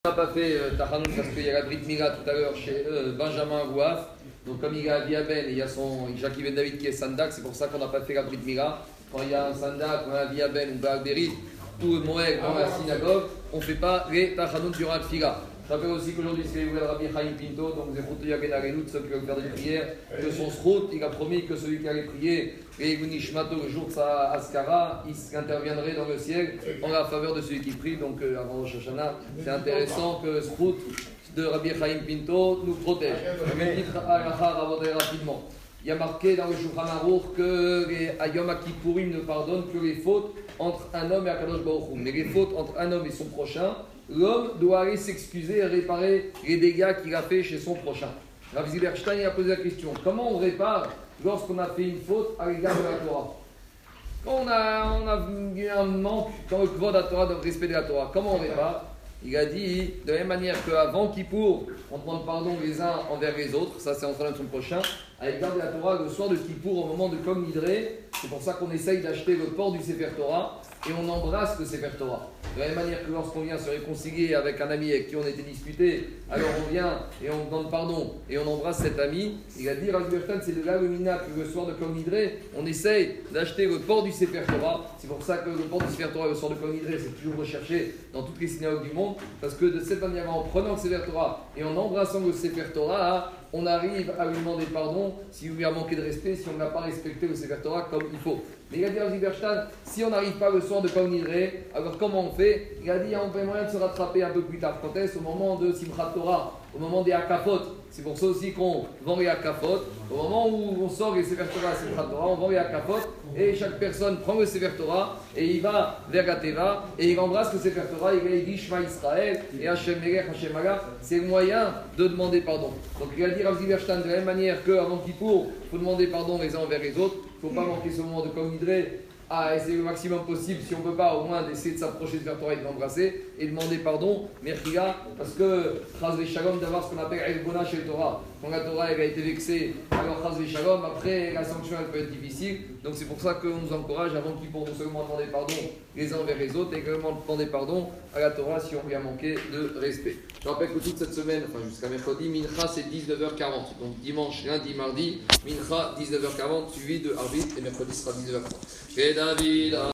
On n'a pas fait Tachanoun parce qu'il y a la Brit Mila tout à l'heure chez Benjamin Rouaf. Donc comme il y a Abiaben et il y a son Jacques Ben David qui est Sandak, c'est pour ça qu'on n'a pas fait la Brit Mila. Quand il y a un Sandak, un Abiaben ou Baal-Berit ou Moël dans la synagogue, on ne fait pas les Tachanoun durant la Tfila. Je rappelle aussi qu'aujourd'hui c'est le Rabbi Chaim Pinto, donc Zechut Yagen Arelut, ceux qui veulent faire des prières, que son Srout, il a promis que celui qui allait prier, et Gunishmato, le jour de sa Askara, il interviendrait dans le ciel en la faveur de celui qui prie, donc avant Rosh Hashanah. C'est intéressant que le Srout de Rabbi Chaim Pinto nous protège. Rapidement. Il y a marqué dans le Shulchan Aruch que les Yom Kippourim ne pardonnent que les fautes entre un homme et Akadosh Baruch Hu. Mais les fautes entre un homme et son prochain, l'homme doit aller s'excuser et réparer les dégâts qu'il a fait chez son prochain. Rav Zilberstein a posé la question, comment on répare lorsqu'on a fait une faute à l'égard de la Torah? Quand on a eu un manque dans le kvod de la Torah, dans le respect de la Torah, comment on répare? Il a dit, de la même manière qu'avant Kippour, on demande pardon les uns envers les autres, ça c'est en train de son prochain, à l'égard de la Torah, le soir de Kippour, au moment de Kol Nidré, c'est pour ça qu'on essaye d'acheter le port du Sefer Torah et on embrasse le Sefer Torah. De la même manière que lorsqu'on vient se réconcilier avec un ami avec qui on était disputé, alors on vient et on demande pardon et on embrasse cet ami. Il a dit, Rav Zilberstein, c'est de là le mina que le soir de Kol Nidré, on essaye d'acheter le port du Sefer Torah. C'est pour ça que le port du Sefer Torah le soir de Kol Nidré, c'est toujours recherché dans toutes les synagogues du monde, parce que de cette manière, en prenant le Sefer Torah et en embrassant le Sefer Torah, on arrive à lui demander pardon si on lui a manqué de respect, si on n'a pas respecté le Sefer Torah comme il faut. Mais il a dit à Zilberstein, si on n'arrive pas le soir de Kol Nidré, alors comment on fait? Il a dit, on peut moyen de se rattraper un peu plus tard. Quand est-ce? Au moment de Simchat Torah, au moment des Hakafot. C'est pour ça aussi qu'on vend les Hakafot. Au moment où on sort les Sefer Torah à Simchat Torah, on vend les Hakafot et chaque personne prend le Sefer Torah et il va vers la Teva et il embrasse le Sefer Torah et il dit Shema Israël et Hashem Melech, Hashem Malach. C'est le moyen de demander pardon. Donc il a dit Rav Zilberstein de la même manière qu'avant Kippour, il faut demander pardon les uns envers les autres. Il ne faut pas manquer ce moment de Kol Nidré à essayer le maximum possible, si on ne peut pas, au moins d'essayer de s'approcher de faire Torah et de l'embrasser et demander pardon, Merchiga, parce que Chaz Shalom d'avoir ce qu'on appelle Elbona chez le Torah. Quand la Torah elle a été vexée, alors Chaz Shalom, après la sanction elle peut être difficile. Donc c'est pour ça qu'on nous encourage avant qu'il pour non seulement demander pardon les uns envers les autres, et également demander pardon à la Torah si on lui a manqué de respect. Je rappelle que toute cette semaine, enfin jusqu'à mercredi, Mincha c'est 19h40. Donc dimanche, lundi, mardi, Mincha 19h40, suivi de Arvit et mercredi sera 19h30. Et David.